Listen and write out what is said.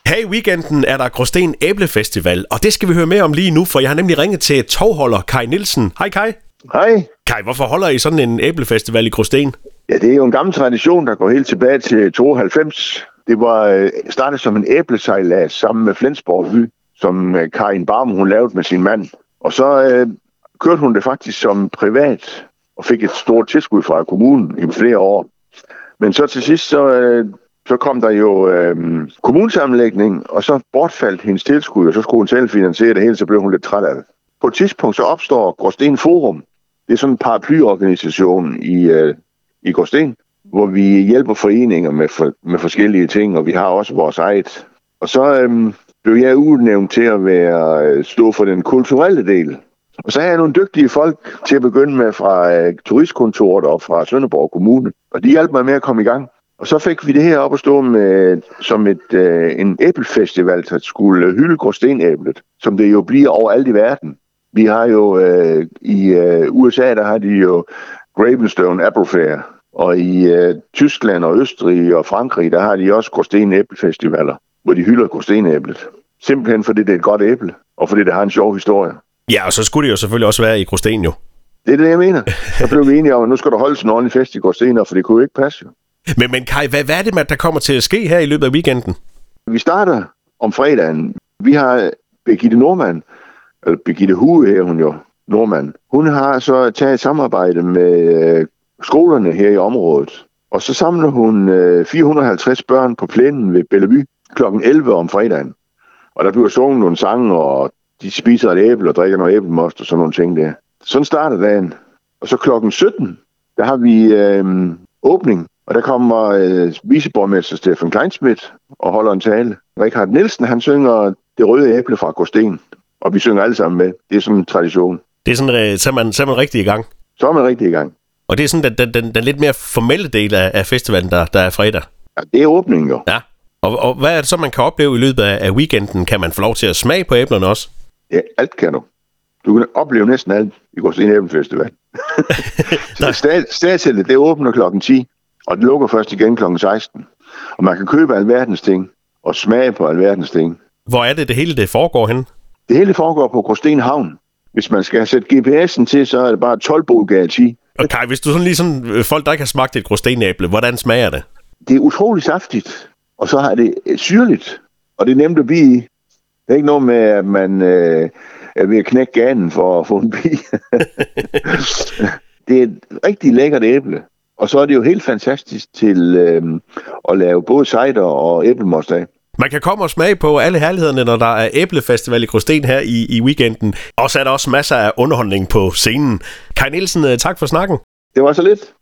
Her i weekenden er der Gråsten Æblefestival, og det skal vi høre mere om lige nu, for jeg har nemlig ringet til tovholder Kai Nielsen. Hej Kai. Hej. Kai, hvorfor holder I sådan en æblefestival i Gråsten? Ja, det er jo en gammel tradition, der går helt tilbage til 92. Det var startet som en æblesejlads sammen med Flensborg by, som Karin Barm, hun lavede med sin mand. Og så kørte hun det faktisk som privat og fik et stort tilskud fra kommunen i flere år. Men så til sidst, så kom der jo kommunesammenlægning, og så bortfaldt hendes tilskud, og så skulle hun selv finansiere det hele, så blev hun lidt træt af det. På et tidspunkt så opstår Gråsten Forum. Det er sådan en paraplyorganisation i Gråsten, hvor vi hjælper foreninger med forskellige ting, og vi har også vores eget. Og så blev jeg udnævnt til at stå for den kulturelle del. Og så har jeg nogle dygtige folk til at begynde med fra turistkontoret og fra Sønderborg Kommune, og de hjalp mig med at komme i gang. Og så fik vi det her op at stå med, som en æblefestival, der skulle hylde Gråstenæblet, som det jo bliver overalt i verden. Vi har jo i USA, der har de jo Gravenstone Apple Fair, og i Tyskland og Østrig og Frankrig, der har de også Gråsten-æblefestivaler, hvor de hylder Gråstenæblet. Simpelthen fordi det er et godt æble, og fordi det har en sjov historie. Ja, og så skulle det jo selvfølgelig også være i Gråsten jo. Det er det, jeg mener. Så blev vi enige om, at nu skal der holdes en ordentlig fest i Gråsten, for det kunne jo ikke passe jo. Men Kai, hvad er det, der kommer til at ske her i løbet af weekenden? Vi starter om fredagen. Vi har Birgitte Nordmann, eller Birgitte Hue her, hun jo, Nordmann. Hun har så taget et samarbejde med skolerne her i området. Og så samler hun 450 børn på plænen ved Bellevue kl. 11 om fredagen. Og der bliver sunget nogle sange, og de spiser et æble og drikker noget æblemost og sådan nogle ting der. Sådan starter dagen. Og så kl. 17, der har vi åbning. Og der kommer viceborgmester Stefan Kleinschmidt og holder en tale. Richard Nielsen, han synger Det røde æble fra Gråsten. Og vi synger alle sammen med. Det er sådan en tradition. Det er sådan, så er man rigtig i gang. Så er man rigtig i gang. Og det er sådan den lidt mere formelle del af festivalen, der er fredag. Ja, det er åbningen jo. Ja. Og hvad er det så, man kan opleve i løbet af weekenden? Kan man få lov til at smage på æblerne også? Ja, alt kan du. Du kan opleve næsten alt i Gråsten Æblefestival. Statscenteret, det åbner klokken 10, og det lukker først igen klokken 16. Og man kan købe alverdens ting, og smage på alverdens ting. Hvor er det hele det foregår henne? Det hele foregår på Gråsten Havn. Hvis man skal sætte GPS'en til, så er det bare 12 Bolgade 10. Og Kai, hvis du sådan folk, der ikke har smagt et gråstenæble, hvordan smager det? Det er utrolig saftigt, og så har det syrligt, og det er nemt at blive i. Det er ikke noget med, at man er ved at knække ganen for at få en bi. Det er et rigtig lækkert æble, og så er det jo helt fantastisk til at lave både cider og æblemost af. Man kan komme og smage på alle herlighederne, når der er æblefestival i Gråsten her i weekenden. Og så er der også masser af underholdning på scenen. Kai Nielsen, tak for snakken. Det var så lidt.